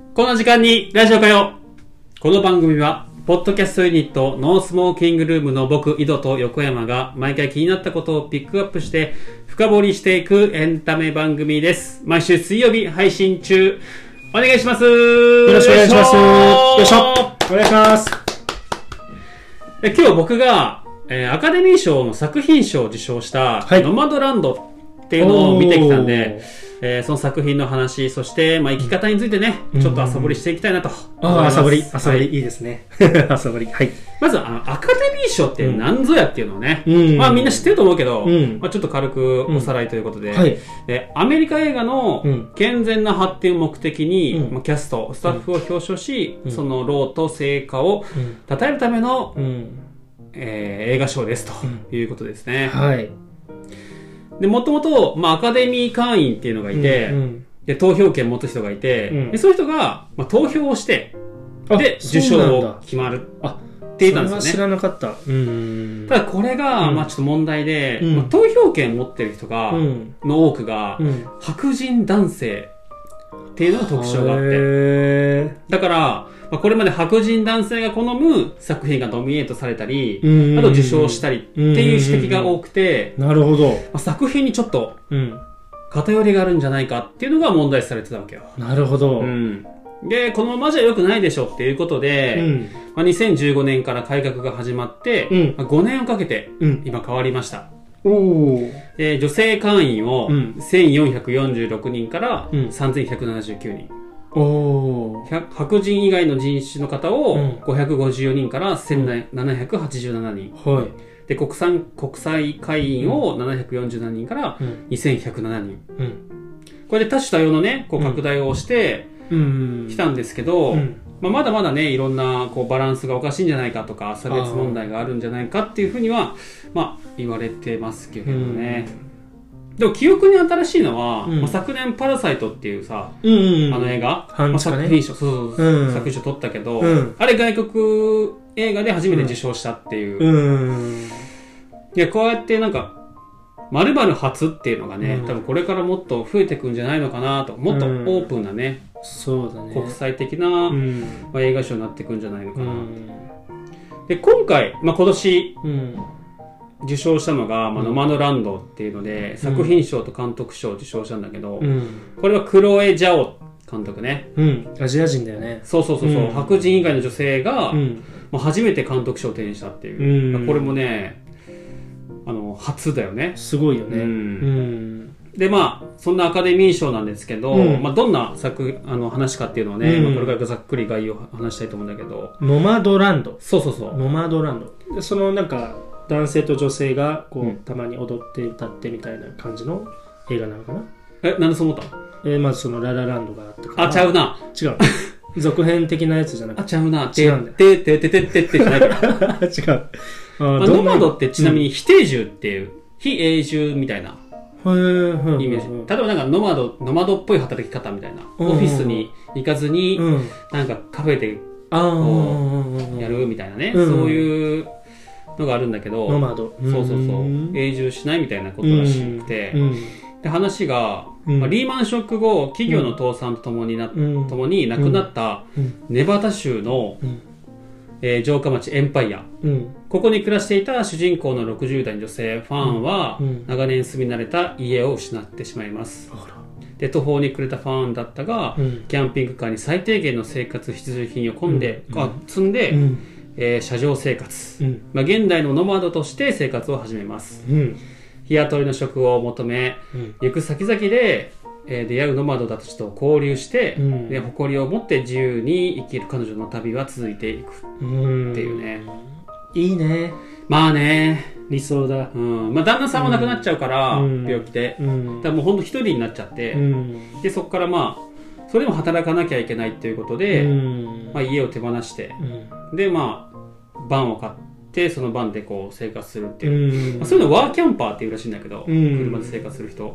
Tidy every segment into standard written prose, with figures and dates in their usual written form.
この時間にラジオかよ。この番組はポッドキャストユニットノースモーキングルームの僕井戸と横山が毎回気になったことをピックアップして深掘りしていくエンタメ番組です。毎週水曜日配信中。お願いします。 よろしくお願いします。よいしょ。お願いします。 今日僕が、アカデミー賞の作品賞を受賞した、ノマドランドっていうのを見てきたんで、その作品の話、そして、生き方についてね、ちょっと遊ぼりしていきたいなと思います。 遊ぼりいいですね。遊ぼり。はい。 まずアカデミー賞って何ぞやっていうのをね、みんな知ってると思うけど、ちょっと軽くおさらいということで、アメリカ映画の健全な発展を目的に、キャスト、スタッフを表彰し、その労と成果を称えるための、映画賞ですということですね。 はい。 で、もともと、アカデミー会員っていうのがいて、で投票権持つ人がいて、でそういう人が、投票をして、で、受賞を決まるって言ったんですよね。 それは知らなかった。 ただこれが、ちょっと問題で、投票権持ってる人が、の多くが、白人男性っていうのが特徴があって、だから、これまで白人男性が好む作品がノミネートされたり、あと受賞したりっていう指摘が多くて、 なるほど。 作品にちょっと偏りがあるんじゃないかっていうのが問題視されてたわけよ。 なるほど。 で、このままじゃ良くないでしょっていうことで、2015年から改革が始まって、5年をかけて今変わりました。女性会員を1446人から3179人。白人以外の人種の方を554人から1787人。で、国際会員を747人から2107人。これで多種多様のね、拡大をしてきたんですけど、まだまだね、いろんなバランスがおかしいんじゃないかとか、差別問題があるんじゃないかっていうふうには、言われてますけどね。でも記憶に新しいのは、昨年パラサイトっていうさ、あの映画、作品賞、作品賞取ったけど、あれ外国映画で初めて受賞したっていう。いや、こうやってなんか、〇〇初っていうのがね、多分これからもっと増えていくんじゃないのかなと、もっとオープンなね、 そうだね、 国際的な、映画賞になっていくんじゃないのかな。で、今回、今年、受賞したのが、ノマドランドっていうので、作品賞と監督賞を受賞したんだけど、これはクロエ・ジャオ監督ね。 アジア人だよね。 そう、白人以外の女性が、初めて監督賞を手にしたっていう。これもね、初だよね。 すごいよね。 で、そんなアカデミー賞なんですけど、どんな話かっていうのをね、これからざっくり概要を話したいと思うんだけど。 ノマドランド。 そう。 ノマドランド。でそのなんか、男性と女性がたまに踊って歌ってみたいな感じの映画なのかな。 なんでそう思った？ まずそのララランドがあったから。 ちゃうな。 違う。続編的なやつじゃなくて。 ちゃうな。 違うんだよ。 てじゃないから。 違う。 ノマドってちなみに非定住っていう、非永住みたいなイメージ。例えばなんかノマドっぽい働き方みたいな。オフィスに行かずに、なんかカフェでやるみたいなね。そういうのがあるんだけど、 ノマド。 そう。永住しないみたいなことらしくて、で話が、リーマンショック後、企業の倒産とともに亡くなったネバダ州の城下町エンパイア、ここに暮らしていた主人公の60代女性ファンは、長年住み慣れた家を失ってしまいます。で途方に暮れたファンだったが、キャンピングカーに最低限の生活必需品を積んで、車上生活、現代のノマドとして生活を始めます。日雇いの職を求め、行く先々で、出会うノマドたちと交流して、で誇りを持って自由に生きる彼女の旅は続いていくっていうね。 いいね。 理想だ。旦那さんは亡くなっちゃうから、病気で。だからもうほんと一人になっちゃって、でそこからそれでも働かなきゃいけないっていうことで、家を手放して、でバンを買って、そのバンで生活するっていう。そういうのワーキャンパーっていうらしいんだけど、車で生活する人。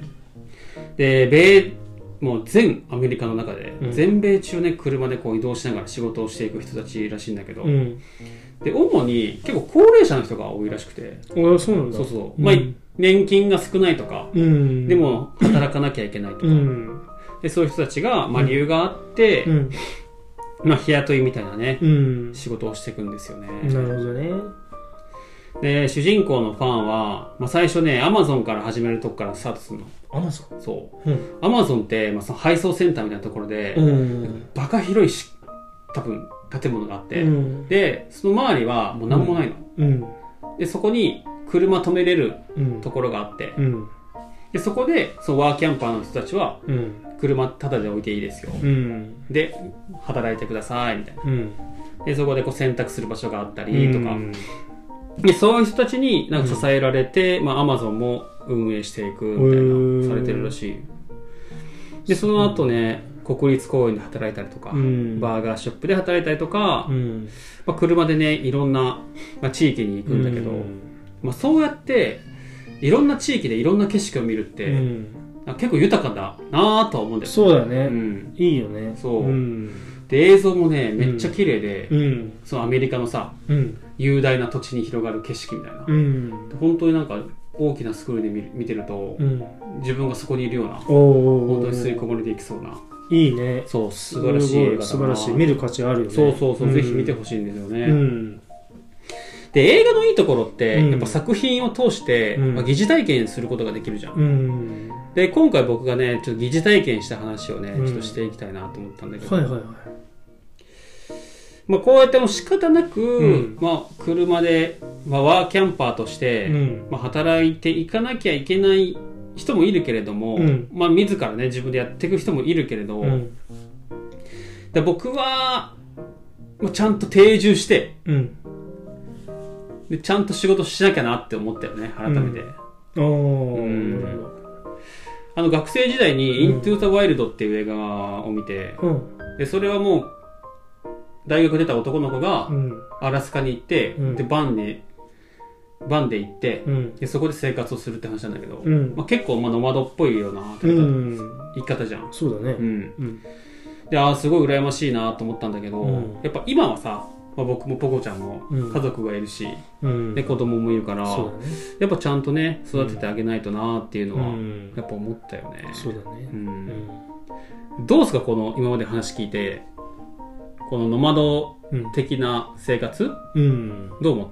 で、もう全アメリカの中で、全米中ね、車で移動しながら仕事をしていく人たちらしいんだけど、で、主に結構高齢者の人が多いらしくて。 そうなんだ。 年金が少ないとか、でも働かなきゃいけないとか、 でそういう人たちが、まあ、理由があって、まあ、日雇いみたいなね、仕事をしていくんですよね。 なるほどね。 で主人公のファンは、まあ、最初ねアマゾンから始めるとこからスタートするの。 アマゾン？ そう、アマゾンって、まあ、その配送センターみたいなところで、バカ広い多分建物があって、でその周りはもう何もないの、でそこに車止めれるところがあって、でそこでそのワーキャンパーの人たちは、車タダで置いていいですよ、で働いてくださいみたいな、でそこでこう洗濯する場所があったりとか、でそういう人たちになんか支えられて、まあ、アマゾンも運営していくみたいなされてるらしい。でその後ね国立公園で働いたりとか、バーガーショップで働いたりとか、まあ、車でねいろんな、まあ、地域に行くんだけど、まあ、そうやっていろんな地域でいろんな景色を見るって、結構豊かだなぁとは思うんだよね。 そうだね、いいよね。 そう、で映像もねめっちゃ綺麗で、そのアメリカのさ、雄大な土地に広がる景色みたいな、本当になんか大きなスクールで見てると、自分がそこにいるような本当に吸い込まれていきそうな。 いいね。 そう素晴らしい映画だな。 素晴らしい。見る価値あるよね。 そう、ぜひ見てほしいんですよね。で映画のいいところって、やっぱ作品を通して、まあ、疑似体験することができるじゃん。で今回僕がねちょっと疑似体験した話をね、ちょっとしていきたいなと思ったんだけど、まあ、こうやっても仕方なく、まあ、車で、まあ、ワーキャンパーとして、まあ、働いていかなきゃいけない人もいるけれども、まあ、自らね自分でやっていく人もいるけれど、で僕はちゃんと定住して、でちゃんと仕事しなきゃなって思ったよね改めて。学生時代に「イントゥ・ザ・ワイルド」っていう映画を見て、でそれはもう大学出た男の子がアラスカに行って、でバンで行って、でそこで生活をするって話なんだけど、まあ、結構まあノマドっぽいような生き方じゃん。 そうだね。 ですごい羨ましいなと思ったんだけど、やっぱ今はさ、まあ、僕もポコちゃんも家族がいるし、で子供もいるから、やっぱちゃんとね育ててあげないとなっていうのはやっぱ思ったよね。 そうだね。 どうですかこの今まで話聞いてこのノマド的な生活、どう思った？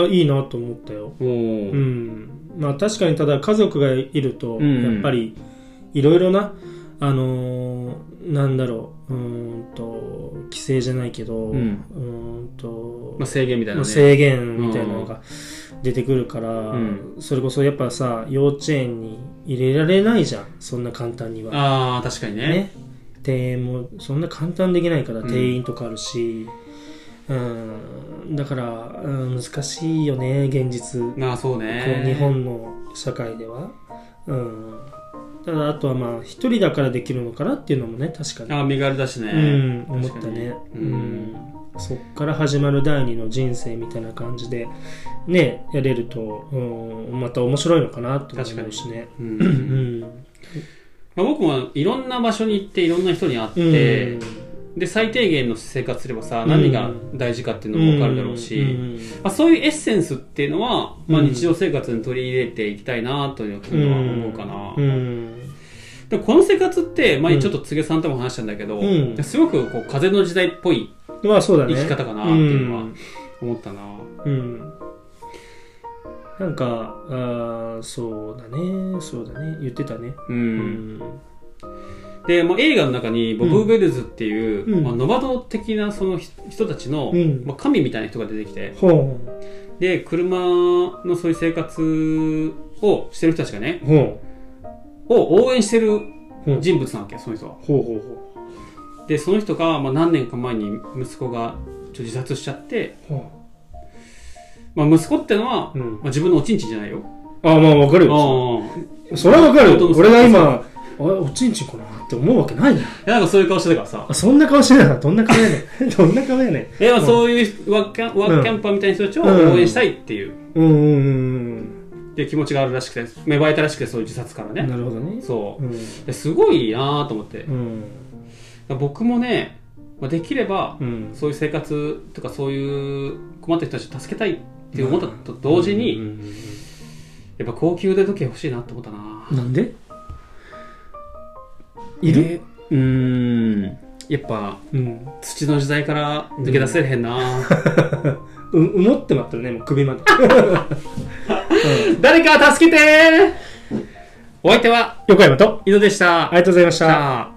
いいなと思ったよ。まあ確かにただ家族がいるとやっぱりいろいろななんだろう規制じゃないけどまあ、制限みたいなね制限みたいなのが出てくるから、それこそやっぱさ幼稚園に入れられないじゃんそんな簡単には。 確かにね。 定員もそんな簡単できないから定員とかあるし、だから、難しいよね現実。 そうね。 こう日本の社会では、ただあとはまあ一人だからできるのかなっていうのもね確かに身軽だしね、 思ったね。そっから始まる第二の人生みたいな感じでねやれると、また面白いのかなって思うしね。 僕もいろんな場所に行っていろんな人に会って、で最低限の生活すればさ何が大事かっていうのも分かるだろうし、そういうエッセンスっていうのは、まあ、日常生活に取り入れていきたいなというのは思うかな。でもこの生活って前にちょっと柘植さんとも話したんだけど、すごくこう風の時代っぽい生き方かなっていうのは思ったな。 なんかそうだね言ってたね。 で、まあ、映画の中にボブ・ウェルズっていう、まあ、ノマド的なその人たちの、まあ、神みたいな人が出てきて、で車のそういう生活をしてる人たちがね、を応援してる人物なわけその人は。でその人が、まあ、何年か前に息子が自殺しちゃって、まあ、息子ってのは、まあ、自分のおちんちんじゃないよ。 まあ分かるよ。それは分かる。俺が今おちんちんかなって思うわけないじゃん。 なんかそういう顔してたからさ。 そんな顔してないな。どんな顔やねん。どんな顔やねん。 そういうワーキャンパーみたいな人たちを応援したいっていうで気持ちがあるらしくて芽生えたらしくてそういう自殺からね。 なるほどね。 そうすごいなと思って、僕もねできればそういう生活とかそういう困った人たちを助けたいって思ったと同時にやっぱ高級腕時計欲しいなと思ったな。 なんで？ いる？ やっぱ、土の時代から抜け出せれへんな。 思ってまったらね、もう首まで。 誰か助けてー。お相手は横山と井戸でした。 ありがとうございました。